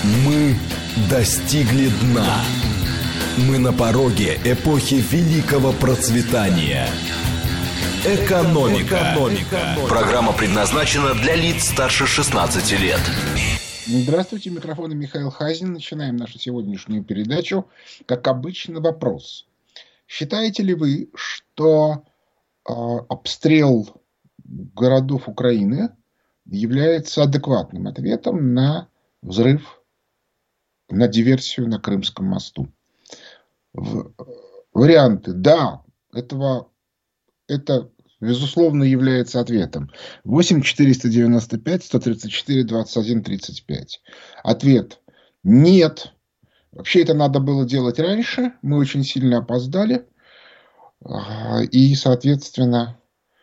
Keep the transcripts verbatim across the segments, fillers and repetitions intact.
Мы достигли дна. Мы на пороге эпохи великого процветания. Экономика. Экономика. Программа предназначена для лиц старше шестнадцати лет. Здравствуйте, микрофон Михаил Хазин. Начинаем нашу сегодняшнюю передачу. Как обычно, вопрос. Считаете ли вы, что э, обстрел городов Украины является адекватным ответом на взрыв, на диверсию на Крымском мосту? Варианты. Да, этого, это, безусловно, является ответом. восемь четыреста девяносто пять сто тридцать четыре двадцать один тридцать пять. Ответ. Нет. Вообще это надо было делать раньше. Мы очень сильно опоздали. И, соответственно...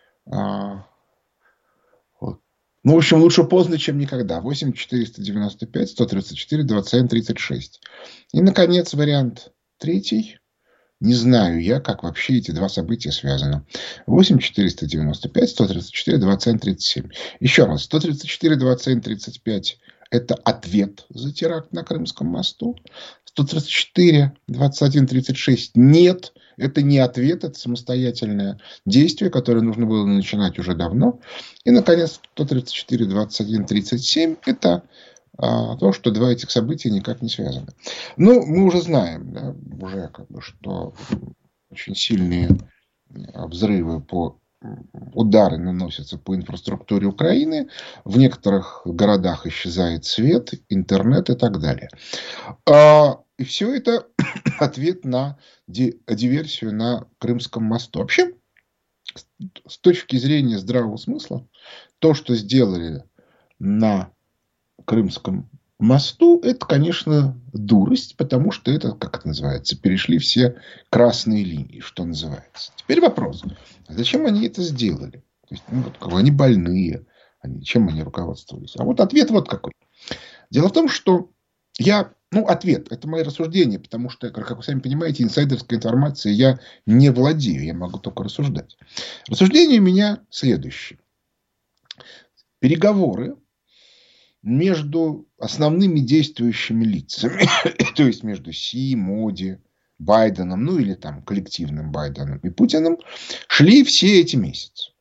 Ну, в общем, лучше поздно, чем никогда. восемь четыреста девяносто пять сто тридцать четыре двадцать один тридцать шесть. И, наконец, вариант третий. Не знаю я, как вообще эти два события связаны. восемь четыреста девяносто пять сто тридцать четыре двадцать один тридцать семь. Еще раз. сто тридцать четыре двадцать один тридцать пять – это ответ за теракт на Крымском мосту. сто тридцать четыре двадцать один тридцать шесть – нет. Это не ответ, это самостоятельное действие, которое нужно было начинать уже давно. И, наконец, сто тридцать четыре двадцать один тридцать семь – это а, то, что два этих события никак не связаны. Ну, мы уже знаем, да, уже как бы, что очень сильные взрывы, по, удары наносятся по инфраструктуре Украины. В некоторых городах исчезает свет, интернет и так далее. А, и все это ответ на диверсию на Крымском мосту. Вообще, с точки зрения здравого смысла, то, что сделали на Крымском мосту, это, конечно, дурость, потому что это, как это называется, перешли все красные линии, что называется. Теперь вопрос. А зачем они это сделали? То есть, ну, вот, они больные. Они, чем они руководствовались? А вот ответ вот какой. Дело в том, что я... Ну, ответ. Это мои рассуждения, потому что, как вы сами понимаете, инсайдерской информацией я не владею. Я могу только рассуждать. Рассуждение у меня следующее. Переговоры между основными действующими лицами, то есть между Си, Моди, Байденом, ну или там коллективным Байденом и Путиным, шли все эти месяцы.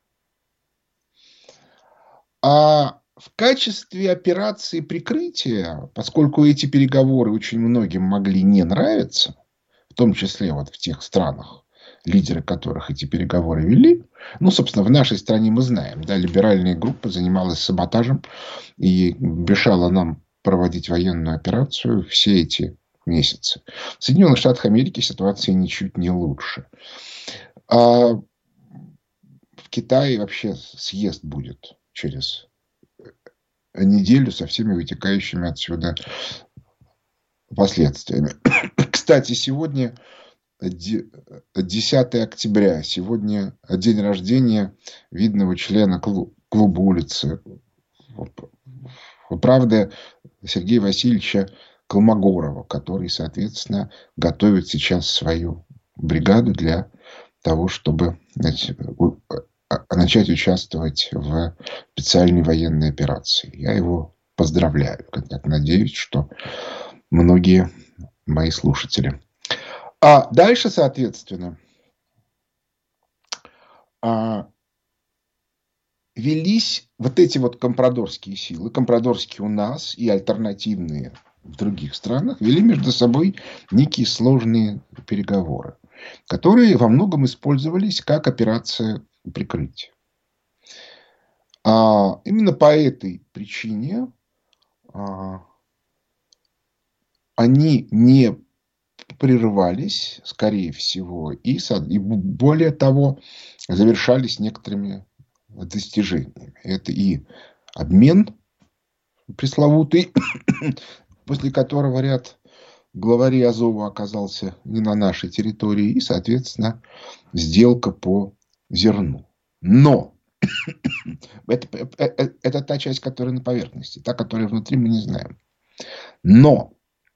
А в качестве операции прикрытия, поскольку эти переговоры очень многим могли не нравиться, в том числе вот в тех странах, лидеры которых эти переговоры вели, ну, собственно, в нашей стране мы знаем, да, либеральная группа занималась саботажем и мешала нам проводить военную операцию все эти месяцы. В Соединенных Штатах Америки ситуация ничуть не лучше. А в Китае вообще съезд будет через неделю со всеми вытекающими отсюда последствиями. Кстати, сегодня десятое октября. Сегодня день рождения видного члена клуба улицы. Правда, Сергея Васильевича Колмогорова, который, соответственно, готовит сейчас свою бригаду для того, чтобы начать участвовать в специальной военной операции. Я его поздравляю. Я надеюсь, что многие мои слушатели. А дальше, соответственно, велись вот эти вот компрадорские силы, компрадорские у нас и альтернативные в других странах, вели между собой некие сложные переговоры, которые во многом использовались как операция прикрытия. А именно по этой причине а, они не прерывались, скорее всего, и, и более того, завершались некоторыми достижениями. Это и обмен пресловутый, после которого ряд главарей Азова оказался не на нашей территории, и, соответственно, сделка по зерну. Но это, это, это та часть, которая на поверхности, та, которая внутри, мы не знаем. Но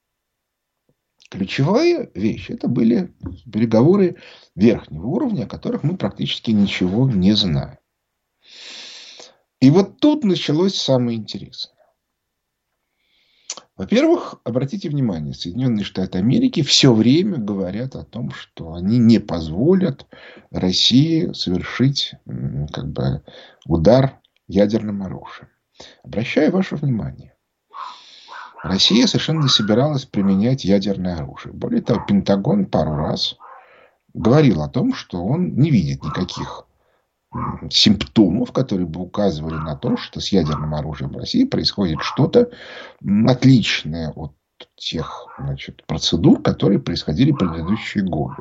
ключевая вещь — это были переговоры верхнего уровня, о которых мы практически ничего не знаем. И вот тут началось самое интересное. Во-первых, обратите внимание, Соединенные Штаты Америки все время говорят о том, что они не позволят России совершить как бы, удар ядерным оружием. Обращаю ваше внимание. Россия совершенно не собиралась применять ядерное оружие. Более того, Пентагон пару раз говорил о том, что он не видит никаких симптомов, которые бы указывали на то, что с ядерным оружием в России происходит что-то отличное от тех, значит, процедур, которые происходили в предыдущие годы.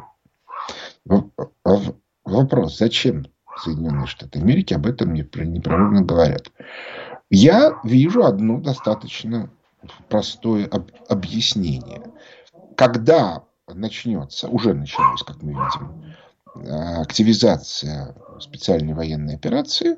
Вопрос, зачем Соединенные Штаты Америки об этом непрерывно говорят? Я вижу одно достаточно простое объяснение. Когда начнется, уже началось, как мы видим, активизация специальной военной операции,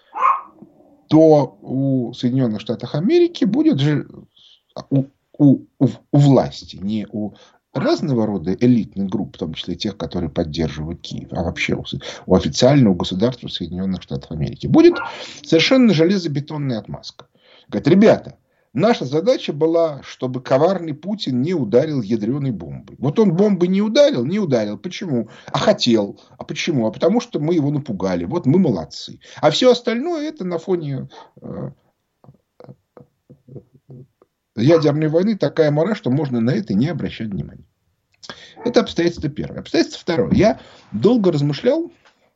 то у Соединенных Штатов Америки будет же у, у, у, у власти, не у разного рода элитных групп, в том числе тех, которые поддерживают Киев, а вообще у, у официального государства Соединенных Штатов Америки, будет совершенно железобетонная отмазка. Говорят, ребята, наша задача была, чтобы коварный Путин не ударил ядреной бомбой. Вот он бомбы не ударил, не ударил. Почему? А хотел. А почему? А потому что мы его напугали. Вот мы молодцы. А все остальное это на фоне э, ядерной войны такая мора, что можно на это не обращать внимания. Это обстоятельство первое. Обстоятельство второе. Я долго размышлял,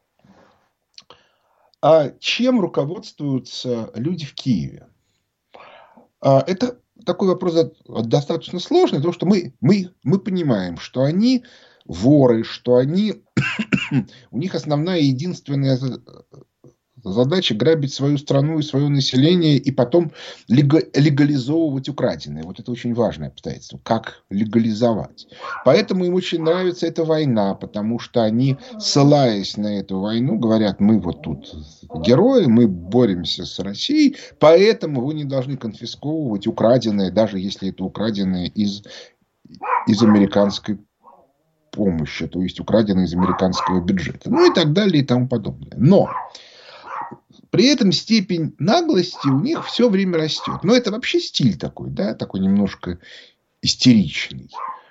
а чем руководствуются люди в Киеве. Это такой вопрос достаточно сложный, потому что мы, мы, мы понимаем, что они воры, что они, у них основная и единственная задача грабить свою страну и свое население и потом легализовывать украденное. Вот это очень важное обстоятельство. Как легализовать. Поэтому им очень нравится эта война, потому что они, ссылаясь на эту войну, говорят, мы вот тут герои, мы боремся с Россией, поэтому вы не должны конфисковывать украденное, даже если это украденное из, из американской помощи, то есть украденное из американского бюджета. Ну и так далее и тому подобное. Но при этом степень наглости у них все время растет. Но это вообще стиль такой, да, такой немножко истеричный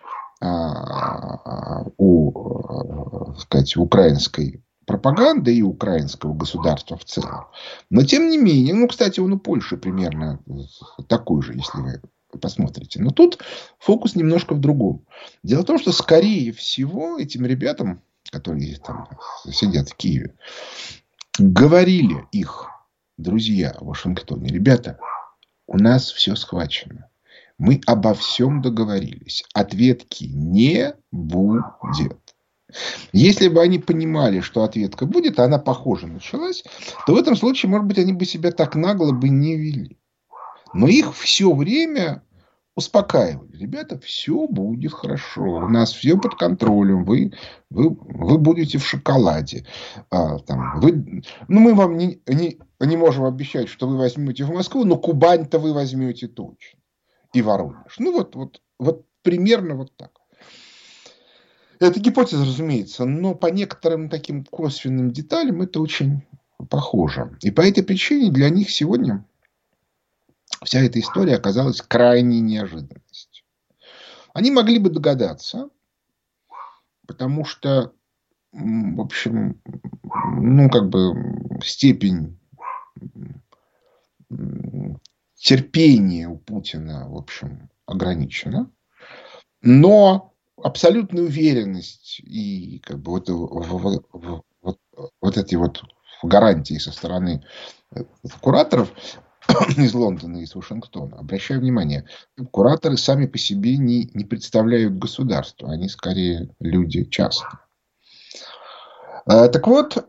а, у, сказать, украинской пропаганды и украинского государства в целом. Но тем не менее, ну, кстати, он у Польши примерно такой же, если вы посмотрите. Но тут фокус немножко в другом. Дело в том, что, скорее всего, этим ребятам, которые там сидят в Киеве, говорили их друзья в Вашингтоне: ребята, у нас все схвачено. Мы обо всем договорились. Ответки не будет. Если бы они понимали, что ответка будет, а она, похоже, началась, то в этом случае, может быть, они бы себя так нагло бы не вели. Но их все время успокаивали. Ребята, все будет хорошо. У нас все под контролем. Вы, вы, вы будете в шоколаде. А, там, вы, ну, мы вам не, не, не можем обещать, что вы возьмете в Москву, но Кубань-то вы возьмете точно. И Воронеж. Ну, вот, вот, вот примерно вот так. Это гипотеза, разумеется, но по некоторым таким косвенным деталям это очень похоже. И по этой причине для них сегодня вся эта история оказалась крайней неожиданностью. Они могли бы догадаться, потому что, в общем, ну, как бы степень терпения у Путина, в общем, ограничена. Но абсолютная уверенность и как бы вот, вот, вот, вот эти вот гарантии со стороны кураторов из Лондона и из Вашингтона. Обращаю внимание, кураторы сами по себе не, не представляют государство. Они скорее люди частные. Так вот,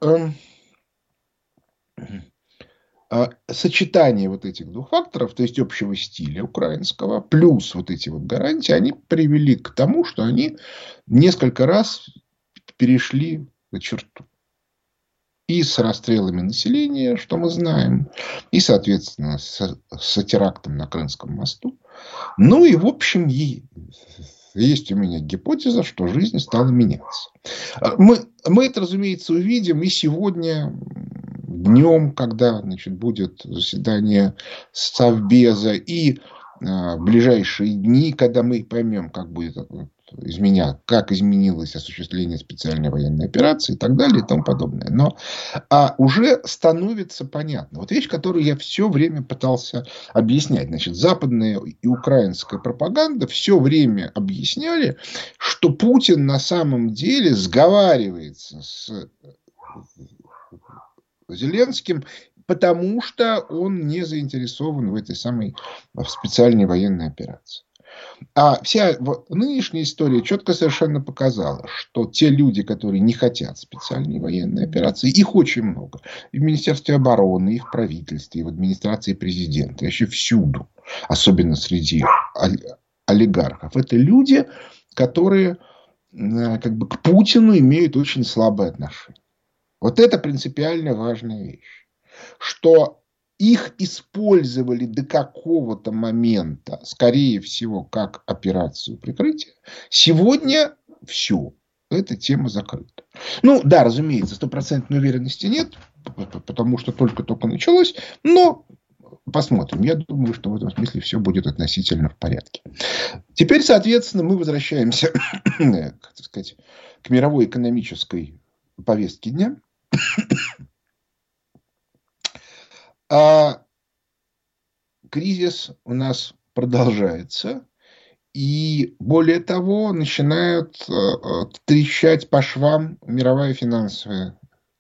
сочетание вот этих двух факторов, то есть общего стиля украинского, плюс вот эти вот гарантии, они привели к тому, что они несколько раз перешли за черту. И с расстрелами населения, что мы знаем, и, соответственно, с, с терактом на Крымском мосту. Ну и, в общем, есть у меня гипотеза, что жизнь стала меняться. Мы, мы это, разумеется, увидим и сегодня днем, когда, значит, будет заседание Совбеза, и в ближайшие дни, когда мы поймем, как будет изменя, как изменилось осуществление специальной военной операции и так далее и тому подобное. Но а уже становится понятно. Вот вещь, которую я все время пытался объяснять. Значит, западная и украинская пропаганда все время объясняли, что Путин на самом деле сговаривается с Зеленским, потому что он не заинтересован в этой самой в специальной военной операции. А вся нынешняя история четко совершенно показала, что те люди, которые не хотят специальной военной операции, их очень много. И в Министерстве обороны, и в правительстве, и в администрации президента, еще всюду, особенно среди олигархов. Это люди, которые как бы, к Путину имеют очень слабое отношение. Вот это принципиально важная вещь. Что их использовали до какого-то момента, скорее всего, как операцию прикрытия. Сегодня все. Эта тема закрыта. Ну, да, разумеется, стопроцентной уверенности нет, потому что только-только началось. Но посмотрим. Я думаю, что в этом смысле все будет относительно в порядке. Теперь, соответственно, мы возвращаемся так сказать, к мировой экономической повестке дня. А кризис у нас продолжается. И более того, начинает трещать по швам мировая финансовая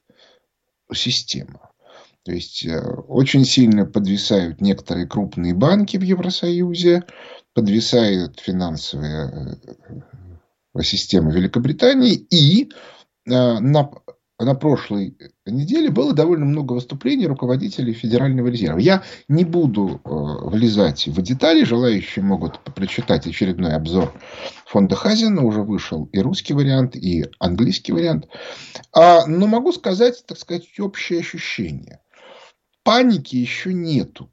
система. То есть очень сильно подвисают некоторые крупные банки в Евросоюзе, подвисает финансовая система Великобритании. И на, на прошлой неделе было довольно много выступлений руководителей Федерального резерва. Я не буду влезать в детали, желающие могут прочитать очередной обзор фонда Хазина, уже вышел и русский вариант, и английский вариант. А, но могу сказать, так сказать, общее ощущение. Паники еще нету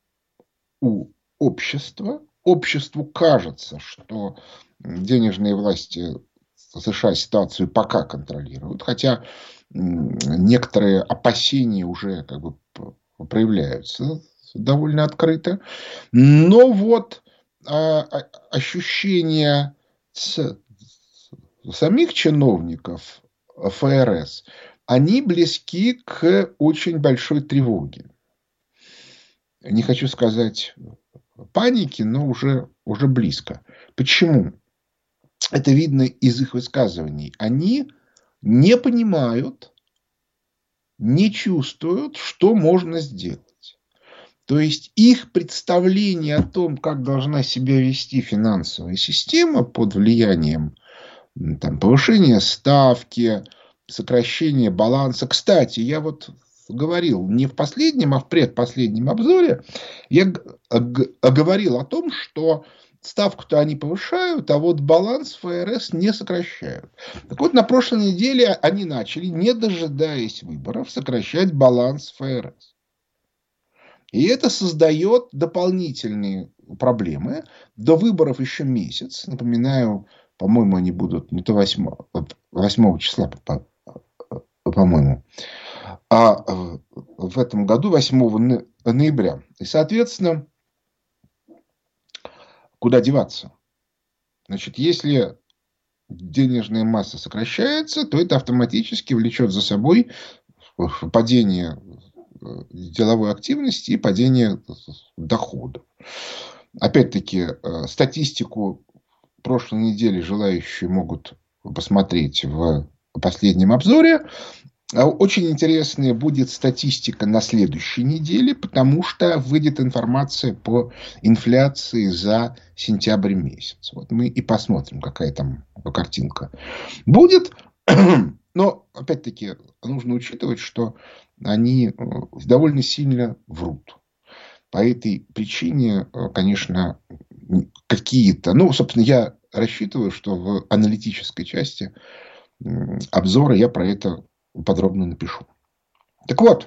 у общества. Обществу кажется, что денежные власти США ситуацию пока контролируют, хотя некоторые опасения уже как бы проявляются довольно открыто. Но вот а, ощущение с, самих чиновников ФРС, они близки к очень большой тревоге. Не хочу сказать паники, но уже, уже близко. Почему? Это видно из их высказываний. Они не понимают, не чувствуют, что можно сделать. То есть их представление о том, как должна себя вести финансовая система под влиянием там, повышения ставки, сокращения баланса. Кстати, я вот говорил не в последнем, а в предпоследнем обзоре, я говорил о том, что ставку-то они повышают, а вот баланс ФРС не сокращают. Так вот, на прошлой неделе они начали, не дожидаясь выборов, сокращать баланс ФРС. И это создает дополнительные проблемы. До выборов еще месяц. Напоминаю, по-моему, они будут не то восьмого, восьмого числа, по-моему, а в этом году восьмого ноября. И, соответственно, куда деваться? Значит, если денежная масса сокращается, то это автоматически влечет за собой падение деловой активности и падение доходов. Опять-таки, статистику прошлой недели желающие могут посмотреть в последнем обзоре. Очень интересная будет статистика на следующей неделе, потому что выйдет информация по инфляции за сентябрь месяц. Вот мы и посмотрим, какая там картинка будет. Но, опять-таки, нужно учитывать, что они довольно сильно врут. По этой причине, конечно, какие-то... Ну, собственно, я рассчитываю, что в аналитической части обзора я про это подробно напишу. Так вот,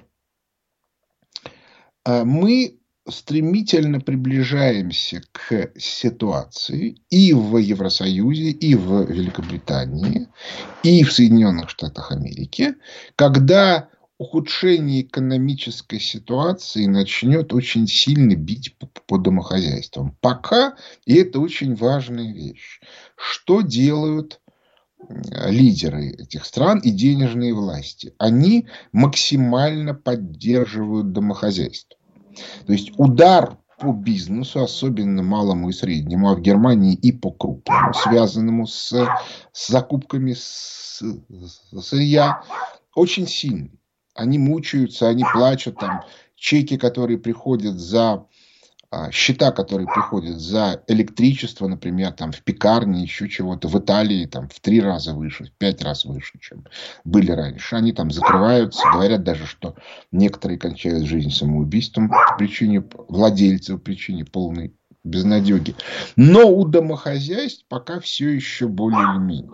мы стремительно приближаемся к ситуации и в Евросоюзе, и в Великобритании, и в Соединенных Штатах Америки, когда ухудшение экономической ситуации начнет очень сильно бить по, по домохозяйствам. Пока, и это очень важная вещь, что делают лидеры этих стран и денежные власти? Они максимально поддерживают домохозяйство. То есть удар по бизнесу, особенно малому и среднему, а в Германии и по крупному, связанному с, с закупками с, сырья, очень сильный. Они мучаются, они плачут, там, чеки, которые приходят за а, счета, которые приходят за электричество, например, там, в пекарне, еще чего-то, в Италии там, в три раза выше, в пять раз выше, чем были раньше. Они там закрываются, говорят даже, что некоторые кончают жизнь самоубийством по причине владельцев, по причине полной безнадеги. Но у домохозяйств пока все еще более или менее.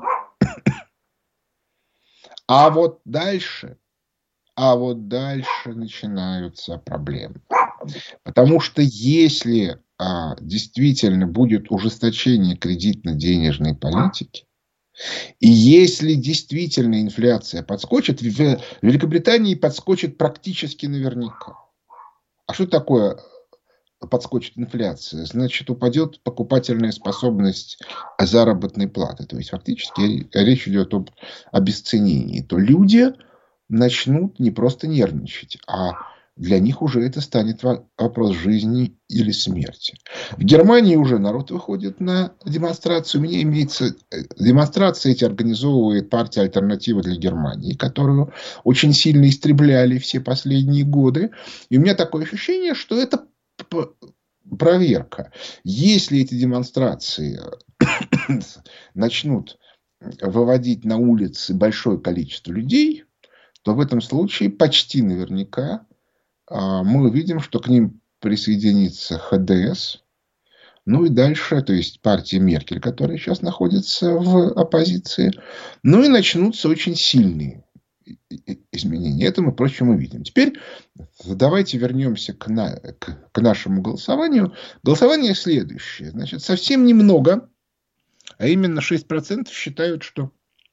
А вот дальше, а вот дальше начинаются проблемы. Потому что если а, действительно будет ужесточение кредитно-денежной политики, и если действительно инфляция подскочит, в Великобритании подскочит практически наверняка. А что такое подскочит инфляция? Значит, упадет покупательная способность заработной платы. То есть, фактически речь идет об обесценении. То люди начнут не просто нервничать, а для них уже это станет вопрос жизни или смерти. В Германии уже народ выходит на демонстрацию. У меня имеется демонстрация, эти организовывает партия «Альтернатива для Германии», которую очень сильно истребляли все последние годы. И у меня такое ощущение, что это проверка. Если эти демонстрации начнут выводить на улицы большое количество людей, то в этом случае почти наверняка мы увидим, что к ним присоединится ха дэ эс, ну и дальше, то есть партия Меркель, которая сейчас находится в оппозиции, ну и начнутся очень сильные изменения. Это мы, впрочем, увидим. Теперь давайте вернемся к, на, к, к нашему голосованию. Голосование следующее. Значит, совсем немного, а именно шесть процентов считают, что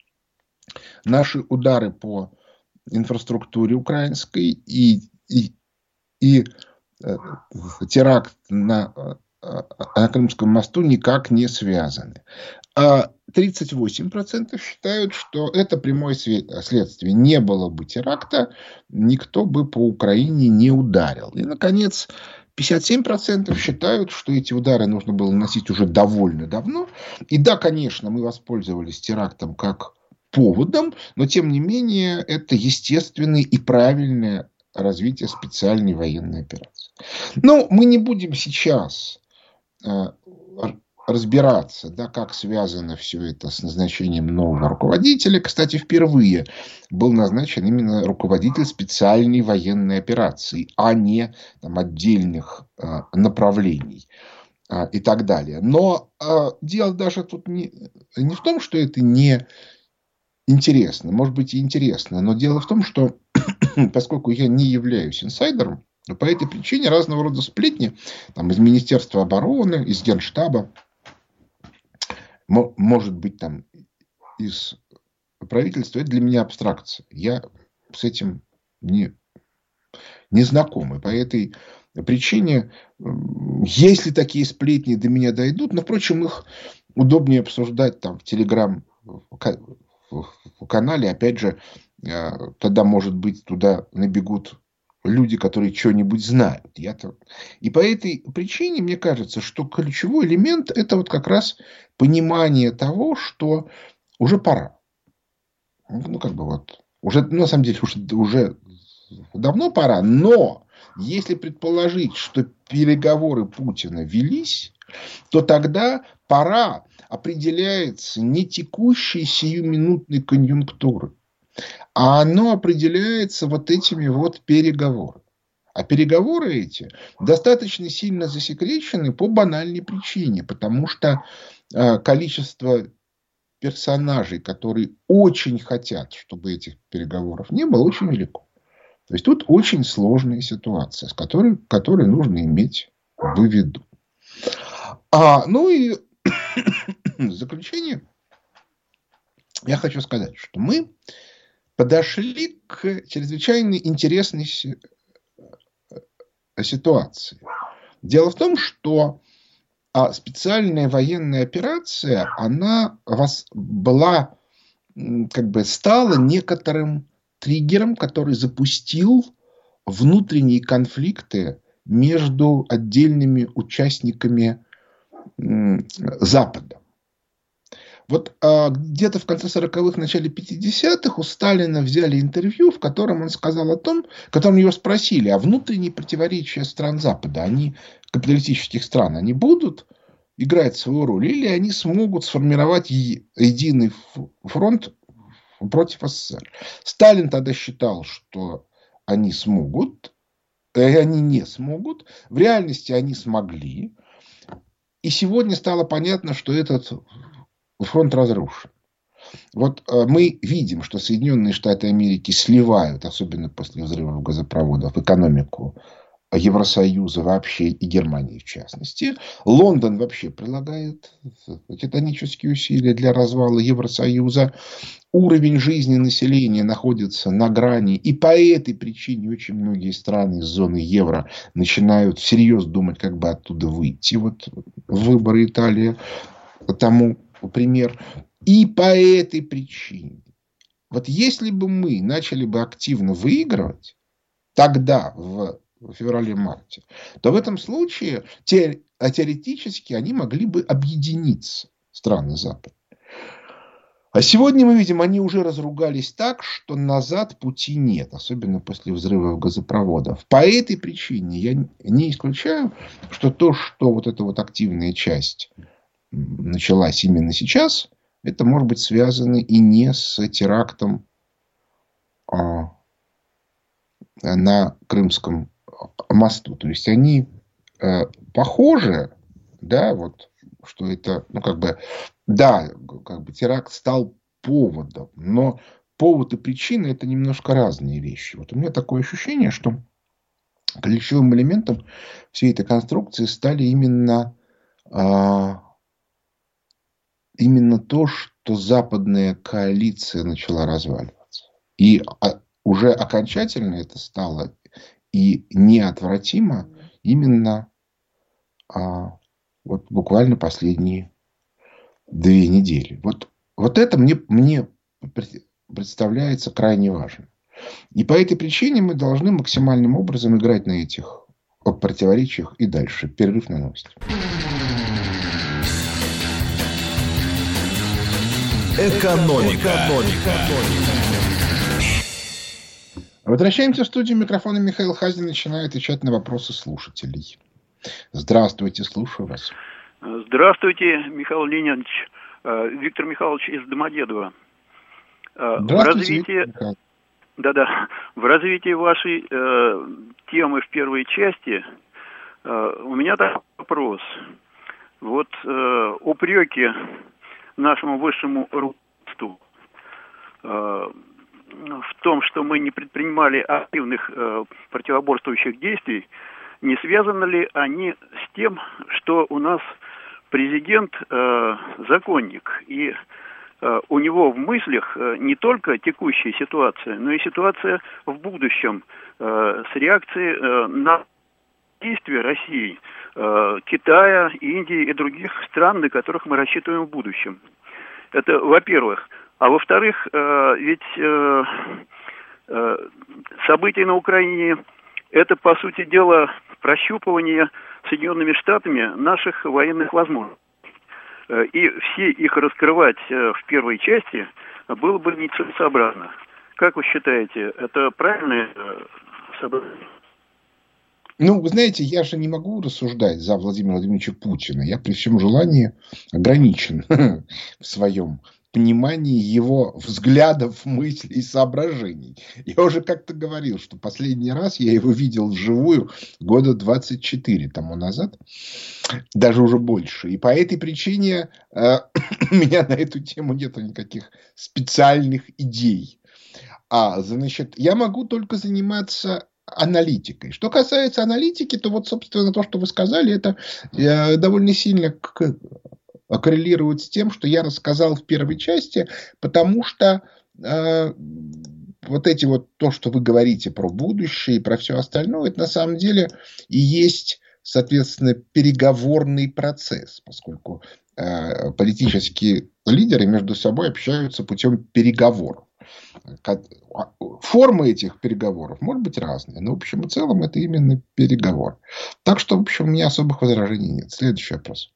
наши удары по инфраструктуре украинской и, и, и э, теракт на, на Крымском мосту никак не связаны. А тридцать восемь процентов считают, что это прямое следствие. Не было бы теракта, никто бы по Украине не ударил. И, наконец, пятьдесят семь процентов считают, что эти удары нужно было наносить уже довольно давно. И да, конечно, мы воспользовались терактом как поводом, но, тем не менее, это естественное и правильное развитие специальной военной операции. Но мы не будем сейчас разбираться, да, как связано все это с назначением нового руководителя. Кстати, впервые был назначен именно руководитель специальной военной операции, а не там, отдельных а, направлений а, и так далее. Но а, дело даже тут не, не в том, что это не интересно. Может быть, и интересно. Но дело в том, что поскольку я не являюсь инсайдером, по этой причине разного рода сплетни там, из Министерства обороны, из Генштаба, может быть, там, из правительства, это для меня абстракция. Я с этим не, не знаком. И по этой причине, если такие сплетни до меня дойдут, но, впрочем, их удобнее обсуждать там, в телеграм-канале. Опять же, тогда, может быть, туда набегут люди, которые что-нибудь знают. Я-то... И по этой причине, мне кажется, что ключевой элемент – это вот как раз понимание того, что уже пора. Ну, как бы вот. Уже, ну, на самом деле, уже, уже давно пора. Но если предположить, что переговоры Путина велись, то тогда пора определяется не текущей сиюминутной конъюнктурой, а оно определяется вот этими вот переговорами. А переговоры эти достаточно сильно засекречены по банальной причине. Потому что количество персонажей, которые очень хотят, чтобы этих переговоров не было, очень велико. То есть тут очень сложная ситуация, с которой, которой нужно иметь в виду. А, ну и в заключение я хочу сказать, что мы подошли к чрезвычайно интересной ситуации. Дело в том, что специальная военная операция, она была, как бы стала некоторым триггером, который запустил внутренние конфликты между отдельными участниками Запада. Вот а, где-то в конце сороковых, начале пятидесятых у Сталина взяли интервью, в котором он сказал о том, в котором его спросили, а внутренние противоречия стран Запада, они, капиталистических стран, они будут играть свою роль, или они смогут сформировать единый фронт против СССР. Сталин тогда считал, что они смогут, и они не смогут. В реальности они смогли. И сегодня стало понятно, что этот фронт разрушен. Вот мы видим, что Соединенные Штаты Америки сливают, особенно после взрывов газопроводов, экономику Евросоюза вообще и Германии в частности. Лондон вообще прилагает титанические усилия для развала Евросоюза. Уровень жизни населения находится на грани. И по этой причине очень многие страны из зоны евро начинают всерьез думать, как бы оттуда выйти. Вот выборы Италии тому пример. И по этой причине. Вот если бы мы начали бы активно выигрывать тогда, в в феврале-марте, то в этом случае теоретически они могли бы объединиться, страны Запада. А сегодня мы видим, они уже разругались так, что назад пути нет, особенно после взрывов газопроводов. По этой причине я не исключаю, что то, что вот эта вот активная часть началась именно сейчас, это может быть связано и не с терактом а, на Крымском мосту. То есть они э, похожи, да, вот, что это, ну, как бы, да, как бы теракт стал поводом, но повод и причина это немножко разные вещи. Вот у меня такое ощущение, что ключевым элементом всей этой конструкции стали именно, э, именно то, что западная коалиция начала разваливаться. И а, уже окончательно это стало и неотвратимо именно а, вот буквально последние две недели. Вот, вот это мне, мне представляется крайне важным. И по этой причине мы должны максимальным образом играть на этих противоречиях и дальше. Перерыв на новости. Экономика. Экономика. Возвращаемся в студию. Микрофона Михаил Хазин начинает отвечать на вопросы слушателей. Здравствуйте, слушаю вас. Здравствуйте, Михаил Леонидович. Виктор Михайлович из Домодедово. Здравствуйте, в развитии, да-да, в развитии вашей э, темы в первой части э, у меня такой вопрос. Вот э, упреки нашему высшему руководству э, в том, что мы не предпринимали активных э, противоборствующих действий, не связаны ли они с тем, что у нас президент э, законник, и э, у него в мыслях э, не только текущая ситуация, но и ситуация в будущем э, с реакцией э, на действия России, э, Китая, Индии и других стран, на которых мы рассчитываем в будущем. Это во-первых. А во-вторых, э, ведь э, э, события на Украине – это, по сути дела, прощупывание Соединенными Штатами наших военных возможностей. Э, и все их раскрывать э, в первой части было бы нецелесообразно. Как вы считаете, это правильное э, соображение? Ну, вы знаете, я же не могу рассуждать за Владимира Владимировича Путина. Я при всем желании ограничен в своем понимании его взглядов, мыслей и соображений. Я уже как-то говорил, что последний раз я его видел вживую года двадцать четыре тому назад. Даже уже больше. И по этой причине э, у меня на эту тему нет никаких специальных идей. А, значит, я могу только заниматься аналитикой. Что касается аналитики, то вот, собственно, то, что вы сказали, это э, довольно сильно к, коррелирует с тем, что я рассказал в первой части, потому что э, вот эти вот, то, что вы говорите про будущее и про все остальное, это на самом деле и есть, соответственно, переговорный процесс, поскольку э, политические лидеры между собой общаются путем переговоров. Формы этих переговоров могут быть разные, но в общем и целом это именно переговор. Так что, в общем, у меня особых возражений нет. Следующий вопрос.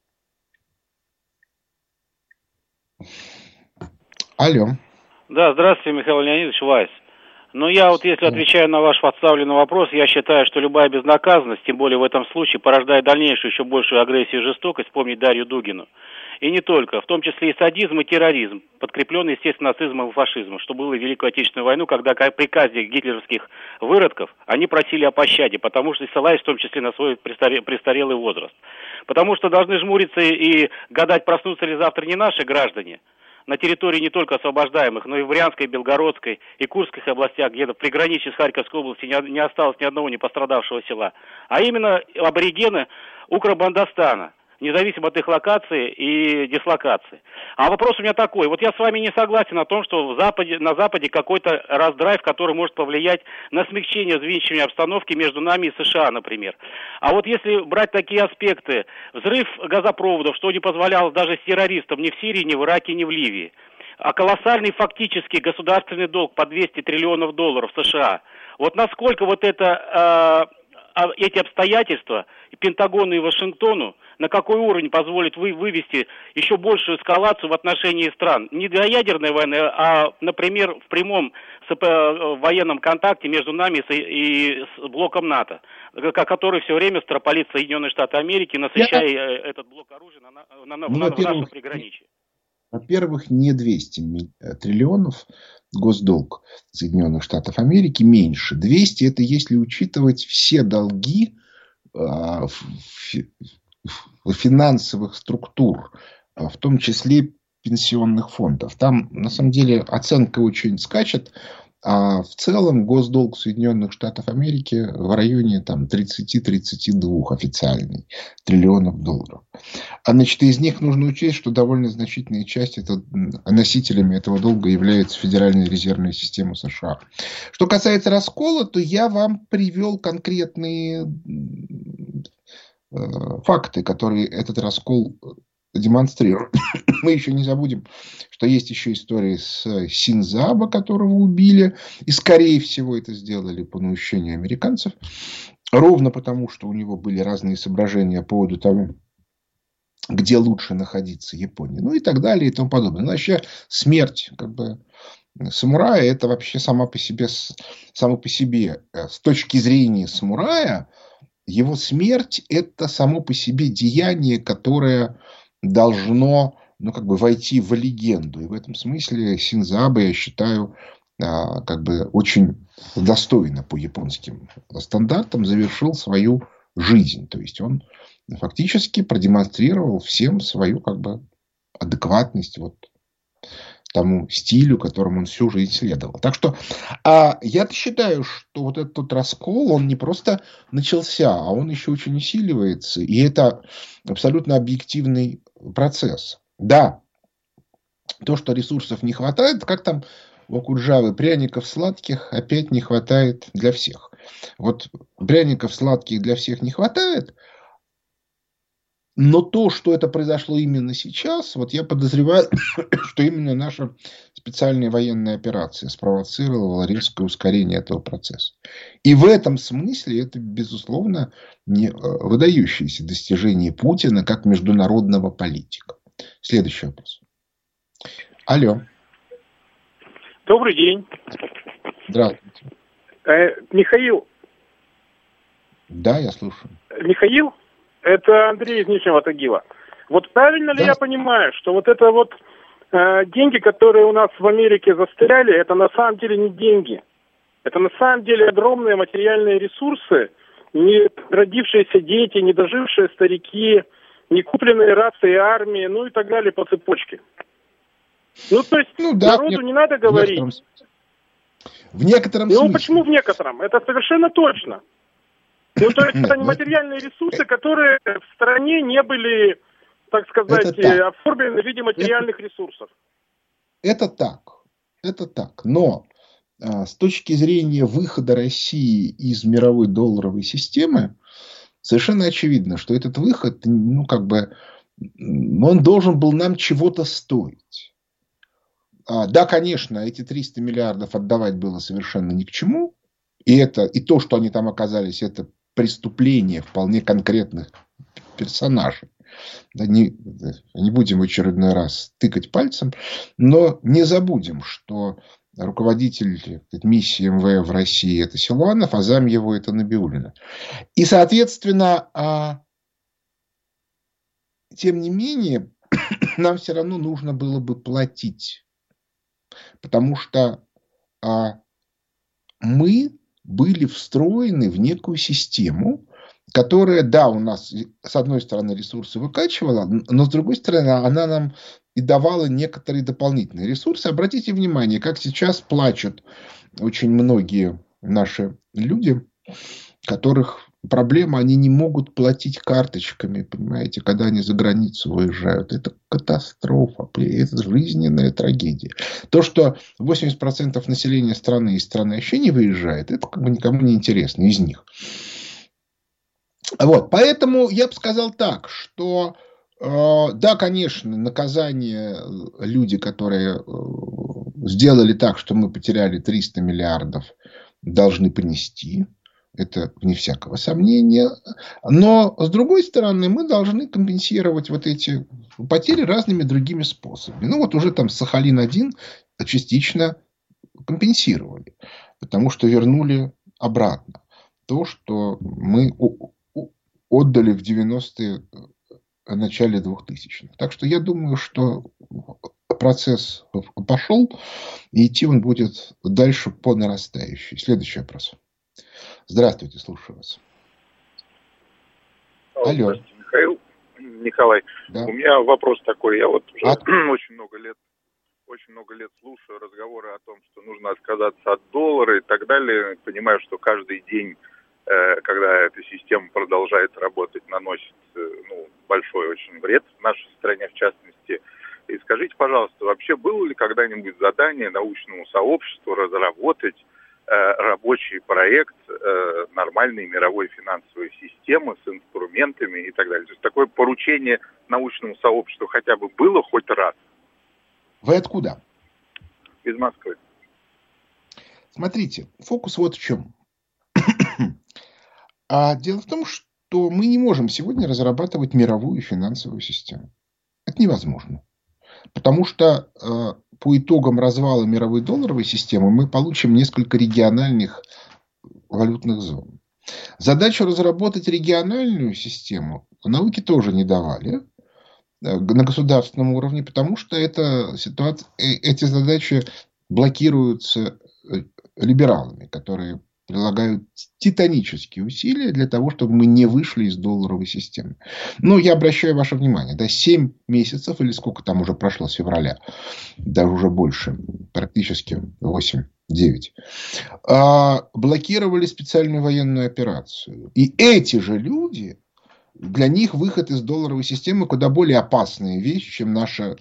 Алло. Да, здравствуйте, Михаил Леонидович, Вайс. Ну, я вот, если отвечаю на ваш подставленный вопрос, я считаю, что любая безнаказанность, тем более в этом случае, порождает дальнейшую еще большую агрессию и жестокость, вспомнить Дарью Дугину. И не только, в том числе и садизм, и терроризм, подкрепленный, естественно, нацизмом и фашизмом, что было в Великую Отечественную войну, когда при казни гитлеровских выродков они просили о пощаде, потому что ссылаясь в том числе на свой престарелый возраст. Потому что должны жмуриться и гадать, проснутся ли завтра не наши граждане, на территории не только освобождаемых, но и в Брянской, Белгородской и Курской областях, где-то в приграничье с Харьковской областью не, не осталось ни одного не пострадавшего села, а именно аборигены Укр-Бандостана, независимо от их локации и дислокации. А вопрос у меня такой. Вот я с вами не согласен о том, что в Западе, на Западе какой-то раздрайв, который может повлиять на смягчение взвинчивания обстановки между нами и США, например. А вот если брать такие аспекты, взрыв газопроводов, что не позволяло даже террористам ни в Сирии, ни в Ираке, ни в Ливии, а колоссальный фактически государственный долг по двести триллионов долларов США. Вот насколько вот это, э, эти обстоятельства Пентагону и Вашингтону, на какой уровень позволит вы вывести еще большую эскалацию в отношении стран? Не для ядерной войны, а, например, в прямом военном контакте между нами и с блоком НАТО, который все время строполит Соединенные Штаты Америки, насыщая Я... этот блок оружия на, на, на, ну, на, в нашем приграничье. Во-первых, не двести триллионов госдолг Соединенных Штатов Америки, меньше. двести это если учитывать все долги финансовых структур, в том числе пенсионных фондов. Там, на самом деле, оценка очень скачет. А в целом госдолг Соединенных Штатов Америки в районе там, тридцать-тридцать два официальный триллионов долларов. А значит, из них нужно учесть, что довольно значительная часть это, носителями этого долга является Федеральная резервная система США. Что касается раскола, то я вам привел конкретные э, факты, которые этот раскол демонстрируют. Мы еще не забудем, что есть еще история с Синдзо Абе, которого убили. И, скорее всего, это сделали по наущению американцев. Ровно потому, что у него были разные соображения по поводу того, где лучше находиться Японии. Ну и так далее и тому подобное. Но вообще смерть как бы самурая, это вообще сама по себе, само по себе, с точки зрения самурая, его смерть это само по себе деяние, которое должно, ну, как бы войти в легенду. И в этом смысле Синдзо Абе, я считаю, как бы очень достойно по японским стандартам завершил свою жизнь. То есть он фактически продемонстрировал всем свою как бы адекватность вот тому стилю, которому он всю жизнь следовал. Так что а, я считаю, что вот этот раскол, он не просто начался, а он еще очень усиливается. И это абсолютно объективный процесс. Да, то, что ресурсов не хватает, как там у Окуджавы, пряников сладких опять не хватает для всех. Вот пряников сладких для всех не хватает, но то, что это произошло именно сейчас, вот я подозреваю, что именно наша специальная военная операция спровоцировала резкое ускорение этого процесса. И в этом смысле это, безусловно, не выдающееся достижение Путина как международного политика. Следующий вопрос. Алло. Добрый день. Здравствуйте. Э, Михаил. Да, я слушаю. Михаил? Это Андрей из Нижнего Тагила. Вот правильно ли да. я понимаю, что вот это вот э, деньги, которые у нас в Америке застряли, это на самом деле не деньги. Это на самом деле огромные материальные ресурсы, не родившиеся дети, не дожившие старики, не купленные рации армии, ну и так далее по цепочке. Ну, то есть ну, да, народу не надо говорить. В некотором, в некотором ну, смысле. почему в некотором? Это совершенно точно. Ну, то есть это не материальные ресурсы, которые в стране не были, так сказать, оформлены в виде материальных это, ресурсов. Это так. Это так. Но с точки зрения выхода России из мировой долларовой системы, совершенно очевидно, что этот выход, ну, как бы, он должен был нам чего-то стоить. А, да, конечно, эти триста миллиардов отдавать было совершенно ни к чему. И, это, и то, что они там оказались, это преступление вполне конкретных персонажей. Да не, не будем в очередной раз тыкать пальцем, но не забудем, что руководитель миссии эм вэ в России это Силуанов, а зам его это Набиуллина. И, соответственно, тем не менее, нам все равно нужно было бы платить. Потому что мы были встроены в некую систему, которая, да, у нас с одной стороны ресурсы выкачивала, но с другой стороны она нам и давала некоторые дополнительные ресурсы. Обратите внимание, как сейчас плачут очень многие наши люди, которых проблема, они не могут платить карточками, понимаете, когда они за границу выезжают. Это катастрофа, это жизненная трагедия. То, что восемьдесят процентов населения страны из страны вообще не выезжает, это как бы никому не интересно из них. Вот, поэтому я бы сказал так, что э, да, конечно, наказание люди, которые э, сделали так, что мы потеряли триста миллиардов, должны понести. Это вне всякого сомнения. Но, с другой стороны, мы должны компенсировать вот эти потери разными другими способами. Ну, вот уже там Сахалин один частично компенсировали. Потому что вернули обратно то, что мы отдали в девяностые, в начале двухтысячных. Так что я думаю, что процесс пошел, и идти он будет дальше по нарастающей. Следующий вопрос. Здравствуйте, слушаю вас. Алло. Здравствуйте, Михаил. Николай, да. У меня вопрос такой. Я вот уже от... очень много лет, очень много лет слушаю разговоры о том, что нужно отказаться от доллара и так далее. Понимаю, что каждый день, когда эта система продолжает работать, наносит ну, большой очень вред в нашей стране, в частности. И скажите, пожалуйста, вообще было ли когда-нибудь задание научному сообществу разработать рабочий проект э, нормальной мировой финансовой системы с инструментами и так далее. То есть такое поручение научному сообществу хотя бы было хоть раз? Вы откуда? Из Москвы. Смотрите, фокус вот в чем. А дело в том, что мы не можем сегодня разрабатывать мировую финансовую систему. Это невозможно. Потому что э, по итогам развала мировой долларовой системы мы получим несколько региональных валютных зон. Задачу разработать региональную систему науке тоже не давали э, на государственном уровне, потому что это ситуация, э, эти задачи блокируются э, либералами, которые прилагают титанические усилия для того, чтобы мы не вышли из долларовой системы. Но я обращаю ваше внимание, да, семь месяцев, или сколько там уже прошло с февраля, даже уже больше, практически восемь-девять, блокировали специальную военную операцию. И эти же люди, для них выход из долларовой системы куда более опасная вещь, чем наша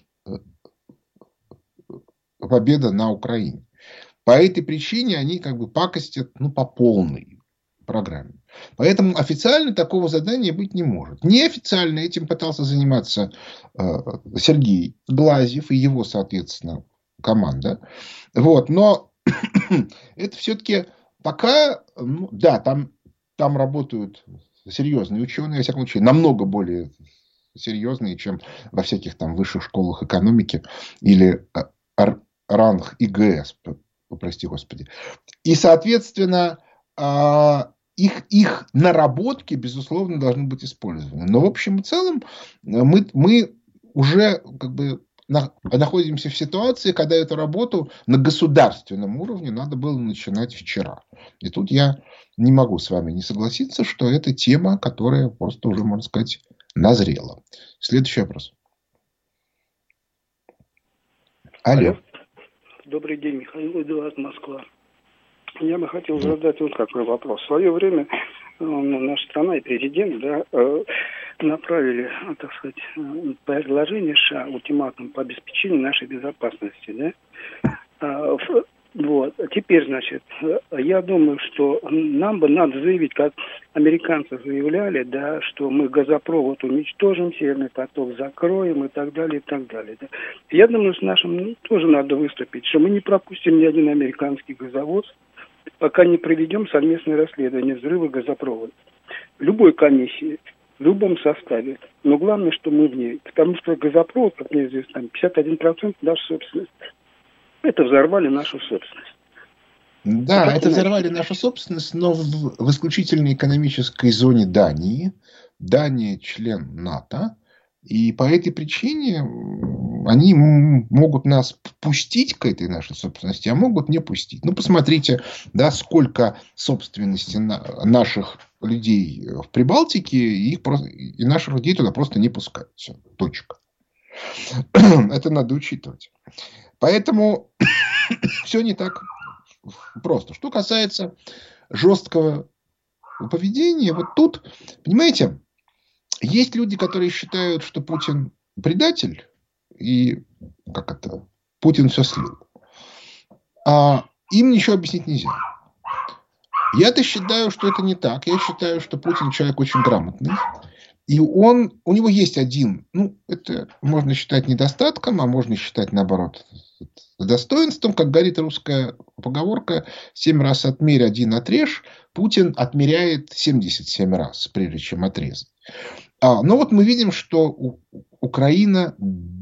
победа на Украине. По этой причине они как бы пакостят ну, по полной программе. Поэтому официально такого задания быть не может. Неофициально этим пытался заниматься э, Сергей Глазьев и его, соответственно, команда. Вот. Но это все-таки пока, ну, да, там, там работают серьезные ученые, во всяком случае, намного более серьезные, чем во всяких там высших школах экономики или РАНГ и ГЭС. Прости господи. И, соответственно, их, их наработки, безусловно, должны быть использованы. Но, в общем и целом, мы, мы уже как бы находимся в ситуации, когда эту работу на государственном уровне надо было начинать вчера. И тут я не могу с вами не согласиться, что это тема, которая просто уже, можно сказать, назрела. Следующий вопрос. Алло. Добрый день, Михаил Эдуард, Москва. Я бы хотел задать вот какой вопрос. В свое время ну, наша страна и президент да, направили, так сказать, предложение США, ультиматум по обеспечению нашей безопасности. Да? Вот. Теперь, значит, я думаю, что нам бы надо заявить, как американцы заявляли, да, что мы газопровод уничтожим, Северный поток закроем и так далее, и так далее. Да. Я думаю, что нашим ну, тоже надо выступить, что мы не пропустим ни один американский газовоз, пока не проведем совместное расследование взрыва газопровода. В любой комиссии, в любом составе. Но главное, что мы в ней. Потому что газопровод, как мне известно, там пятьдесят один процент наша собственность. Это взорвали нашу собственность. Да, это взорвали нашу собственность, но в, в исключительной экономической зоне Дании. Дания член НАТО. И по этой причине они могут нас пустить к этой нашей собственности, а могут не пустить. Ну, посмотрите, да, сколько собственности на, наших людей в Прибалтике, и, их просто, и наших людей туда просто не пускают. Все, точка. Это надо учитывать. Поэтому все не так просто. Что касается жесткого поведения, вот тут, понимаете, есть люди, которые считают, что Путин предатель, и как это, Путин все слил. А им ничего объяснить нельзя. Я-то считаю, что это не так. Я считаю, что Путин человек очень грамотный. И он, у него есть один, ну, это можно считать недостатком, а можно считать, наоборот, достоинством. Как говорит русская поговорка, семь раз отмерь, один отрежь. Путин отмеряет семьдесят семь раз, прежде чем отрезать. А, но вот мы видим, что у, Украина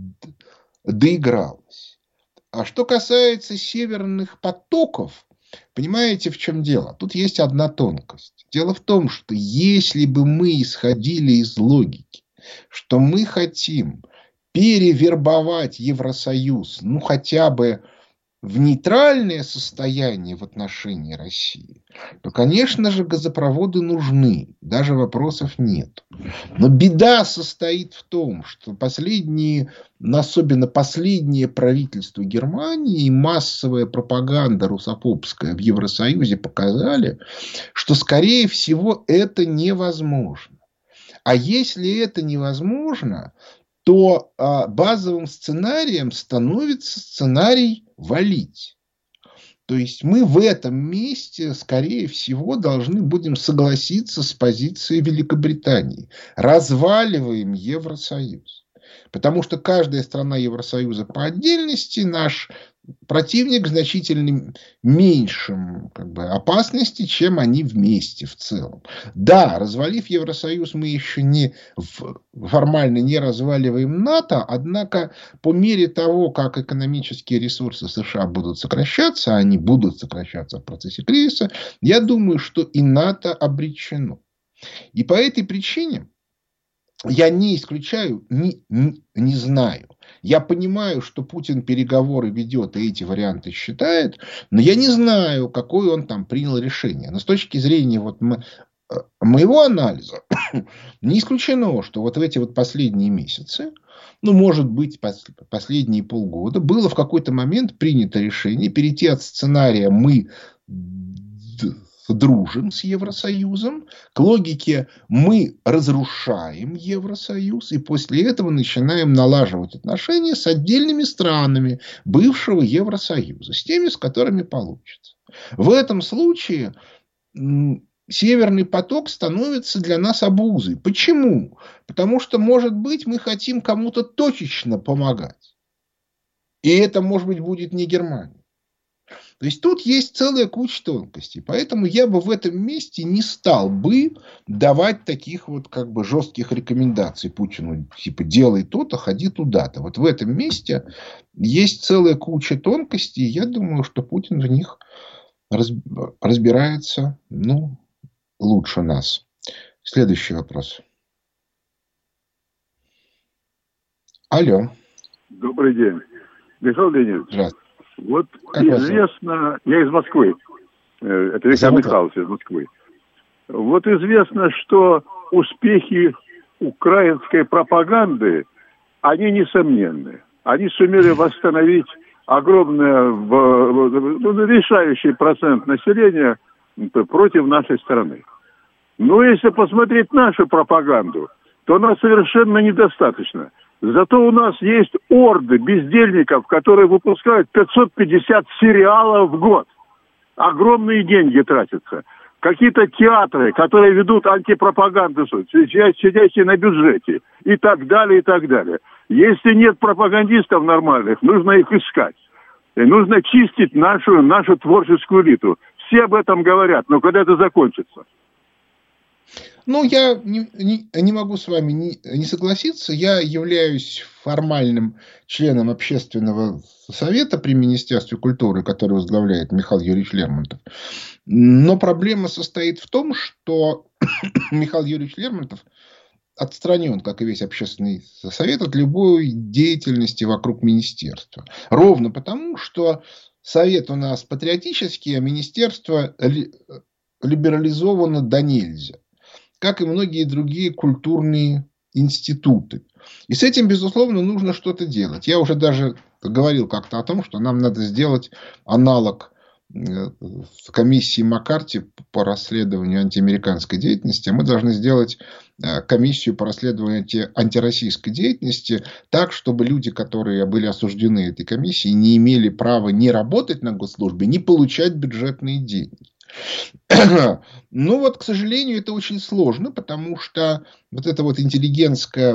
доигралась. А что касается северных потоков, понимаете, в чем дело? Тут есть одна тонкость. Дело в том, что если бы мы исходили из логики, что мы хотим перевербовать Евросоюз, ну, хотя бы в нейтральное состояние в отношении России, то, конечно же, газопроводы нужны. Даже вопросов нет. Но беда состоит в том, что последние, особенно последнее правительство Германии и массовая пропаганда русофобская в Евросоюзе показали, что, скорее всего, это невозможно. А если это невозможно, то а, базовым сценарием становится сценарий валить. То есть мы в этом месте, скорее всего, должны будем согласиться с позицией Великобритании. Разваливаем Евросоюз. Потому что каждая страна Евросоюза по отдельности наш противник значительно меньшем как бы, опасности, чем они вместе в целом. Да, развалив Евросоюз, мы еще не формально не разваливаем НАТО, однако по мере того, как экономические ресурсы США будут сокращаться, а они будут сокращаться в процессе кризиса, я думаю, что и НАТО обречено. И по этой причине я не исключаю, не, не, не знаю. Я понимаю, что Путин переговоры ведет и эти варианты считает, но я не знаю, какое он там принял решение. Но с точки зрения вот мо- моего анализа, не исключено, что вот в эти вот последние месяцы, ну, может быть, пос- последние полгода, было в какой-то момент принято решение перейти от сценария «мы дружим с Евросоюзом», к логике «мы разрушаем Евросоюз», и после этого начинаем налаживать отношения с отдельными странами бывшего Евросоюза, с теми, с которыми получится. В этом случае Северный поток становится для нас обузой. Почему? Потому что, может быть, мы хотим кому-то точечно помогать. И это, может быть, будет не Германия. То есть тут есть целая куча тонкостей. Поэтому я бы в этом месте не стал бы давать таких вот как бы жестких рекомендаций Путину. Типа делай то-то, ходи туда-то. Вот в этом месте есть целая куча тонкостей. Я думаю, что Путин в них разбирается, ну, лучше нас. Следующий вопрос. Алло. Добрый день. Михаил Леонидович. Здравствуйте. Вот как известно, я из Москвы, это Виктор Михайлович из Москвы. Вот известно, что успехи украинской пропаганды, они несомненны. Они сумели восстановить огромный, ну, решающий процент населения против нашей страны. Но если посмотреть нашу пропаганду, то она совершенно недостаточна. Зато у нас есть орды бездельников, которые выпускают пятьсот пятьдесят сериалов в год. Огромные деньги тратятся. Какие-то театры, которые ведут антипропаганду, сидящие на бюджете. И так далее, и так далее. Если нет пропагандистов нормальных, нужно их искать. И нужно чистить нашу, нашу творческую элиту. Все об этом говорят, но когда это закончится? Ну, я не, не, не могу с вами не, не согласиться. Я являюсь формальным членом общественного совета при Министерстве культуры, который возглавляет Михаил Юрьевич Лермонтов. Но проблема состоит в том, что Михаил Юрьевич Лермонтов отстранен, как и весь общественный совет, от любой деятельности вокруг министерства. Ровно потому, что совет у нас патриотический, а министерство либерализовано до нельзя. Как и многие другие культурные институты. И с этим, безусловно, нужно что-то делать. Я уже даже говорил как-то о том, что нам надо сделать аналог комиссии Маккарти по расследованию антиамериканской деятельности. Мы должны сделать комиссию по расследованию антироссийской деятельности так, чтобы люди, которые были осуждены этой комиссией, не имели права ни работать на госслужбе, ни получать бюджетные деньги. Ну вот, к сожалению, это очень сложно, потому что вот эта вот интеллигентская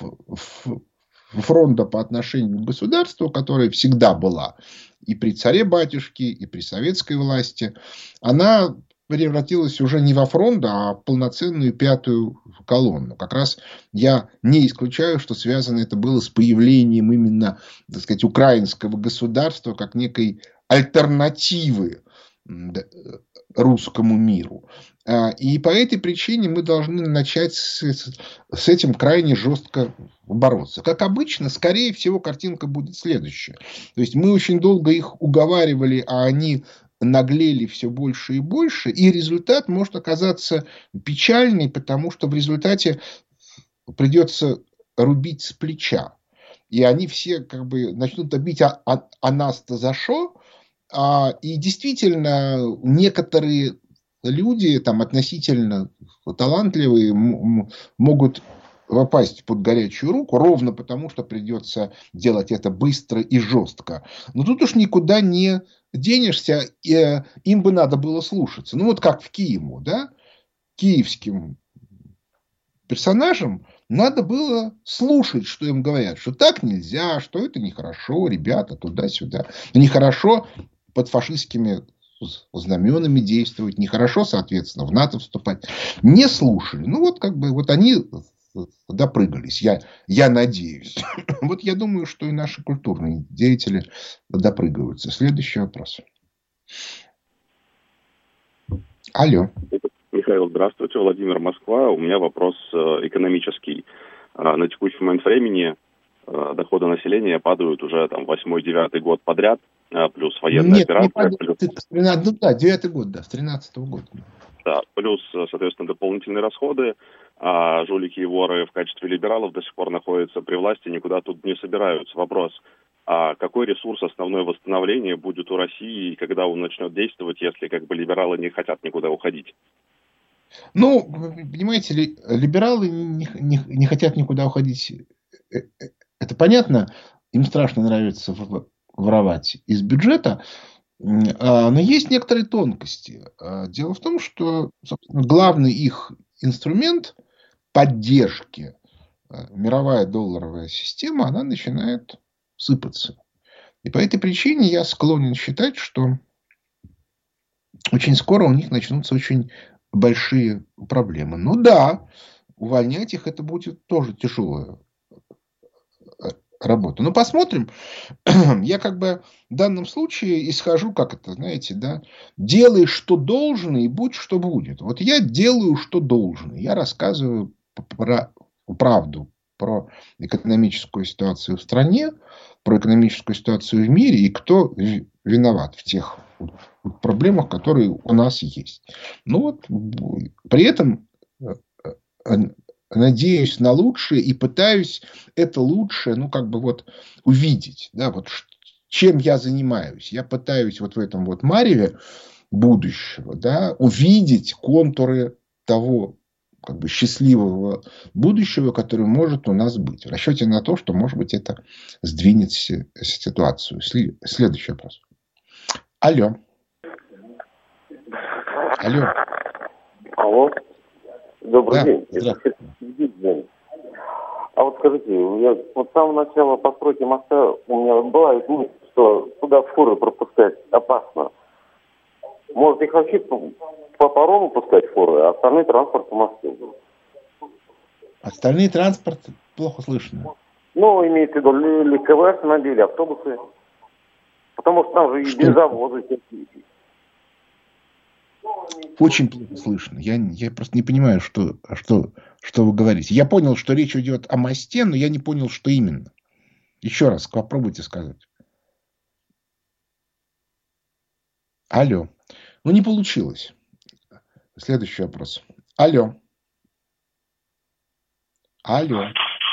фронта по отношению к государству, которая всегда была и при царе-батюшке, и при советской власти, она превратилась уже не во фронт, а в полноценную пятую колонну. Как раз я не исключаю, что связано это было с появлением именно, так сказать, украинского государства как некой альтернативы русскому миру. И по этой причине мы должны начать с, с этим крайне жестко бороться. Как обычно, скорее всего, картинка будет следующая. То есть мы очень долго их уговаривали, а они наглели все больше и больше, и результат может оказаться печальный, потому что в результате придется рубить с плеча. И они все как бы начнут бить а, а, а нас-то за шо. А, и действительно, некоторые люди там относительно талантливые м- могут попасть под горячую руку, ровно потому, что придется делать это быстро и жестко. Но тут уж никуда не денешься, и им бы надо было слушаться. Ну, вот как в Киеву, да? Киевским персонажам надо было слушать, что им говорят, что так нельзя, что это нехорошо, ребята, туда-сюда. Нехорошо под фашистскими знаменами действовать, нехорошо, соответственно, в НАТО вступать. Не слушали. Ну, вот как бы вот они допрыгались, я, я надеюсь. Вот я думаю, что и наши культурные деятели допрыгиваются. Следующий вопрос. Алло. Михаил, здравствуйте. Владимир, Москва. У меня вопрос экономический. На текущий момент времени доходы населения падают уже там восьмой-девятый год подряд, плюс военная Нет, операция. Не плюс... Ну да, девятый год, да, с тринадцатого года. Да, плюс, соответственно, дополнительные расходы. А жулики и воры в качестве либералов до сих пор находятся при власти, никуда тут не собираются. Вопрос, а какой ресурс основное восстановление будет у России, и когда он начнет действовать, если как бы либералы не хотят никуда уходить? Ну, понимаете, либералы не, не, не хотят никуда уходить. Это понятно. Им страшно нравится воровать из бюджета. Но есть некоторые тонкости. Дело в том, что, собственно, главный их инструмент поддержки, мировая долларовая система, она начинает сыпаться. И по этой причине я склонен считать, что очень скоро у них начнутся очень большие проблемы. Ну да, увольнять их это будет тоже тяжелая работа. Но посмотрим. Я как бы в данном случае исхожу, как это, знаете, да, делай, что должно, и будь, что будет. Вот я делаю, что должно. Я рассказываю про правду, про экономическую ситуацию в стране, про экономическую ситуацию в мире, и кто виноват в тех проблемах, которые у нас есть. Ну вот, при этом надеюсь на лучшее и пытаюсь это лучшее, ну, как бы вот увидеть, да, вот чем я занимаюсь. Я пытаюсь вот в этом вот мареве будущего, да, увидеть контуры того как бы счастливого будущего, которое может у нас быть. В расчете на то, что, может быть, это сдвинет ситуацию. Следующий вопрос. Алло. Алло. Алло. Добрый да, день. Здравствуйте. А вот скажите, я вот с самого начала постройки моста у меня была мысль, что туда фуры пропускать опасно. Может, их вообще по, по парому пускать фуры, а остальной транспорт по мосту. Остальный транспорт плохо слышно. Ну, имеется в виду легковые автомобили, автобусы. Потому что там же и бензовозы. Очень плохо слышно. Я, я просто не понимаю, что, что, что вы говорите. Я понял, что речь идет о мосте, но я не понял, что именно. Еще раз попробуйте сказать. Алло. Ну, не получилось. Следующий вопрос. Алло. Алло.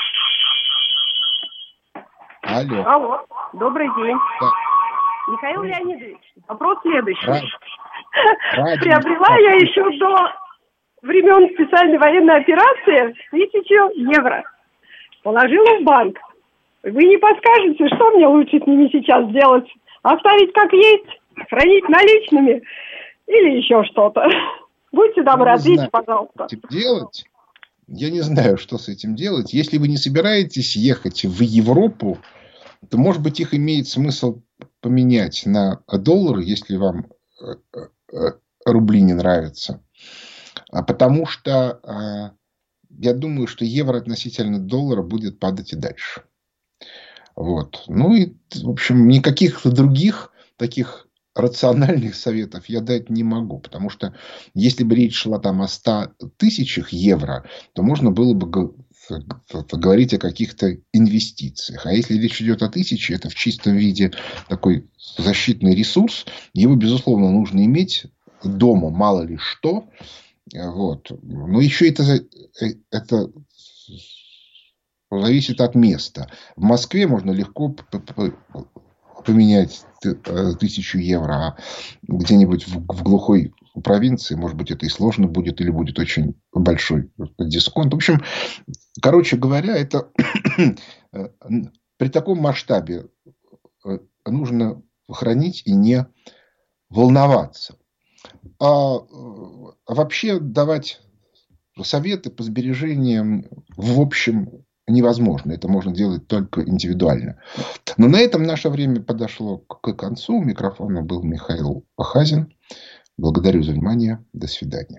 Алло. Алло. Добрый день. Да. Михаил Леонидович, вопрос следующий. Рад. Рад. Приобрела я еще до времен специальной военной операции тысячу евро. Положила в банк. Вы не подскажете, что мне лучше с ними сейчас делать? Оставить как есть? Хранить наличными? Или еще что-то? Будьте добры, ответьте, пожалуйста. Делать? Я не знаю, что с этим делать. Если вы не собираетесь ехать в Европу, то, может быть, их имеет смысл поменять на доллары, если вам рубли не нравятся. Потому что я думаю, что евро относительно доллара будет падать и дальше. Вот. Ну и, в общем, никаких других таких рациональных советов я дать не могу. Потому что если бы речь шла там о ста тысячах евро, то можно было бы говорить о каких-то инвестициях. А если речь идет о тысяче, это в чистом виде такой защитный ресурс. Его, безусловно, нужно иметь дома, мало ли что. Вот. Но еще это, это зависит от места. В Москве можно легко поменять тысячу евро, а где-нибудь в глухой провинции, может быть, это и сложно будет, или будет очень большой дисконт. В общем, короче говоря, это при таком масштабе нужно хранить и не волноваться. А вообще давать советы по сбережениям в общем невозможно. Это можно делать только индивидуально. Но на этом наше время подошло к концу. У микрофона был Михаил Хазин. Благодарю за внимание. До свидания.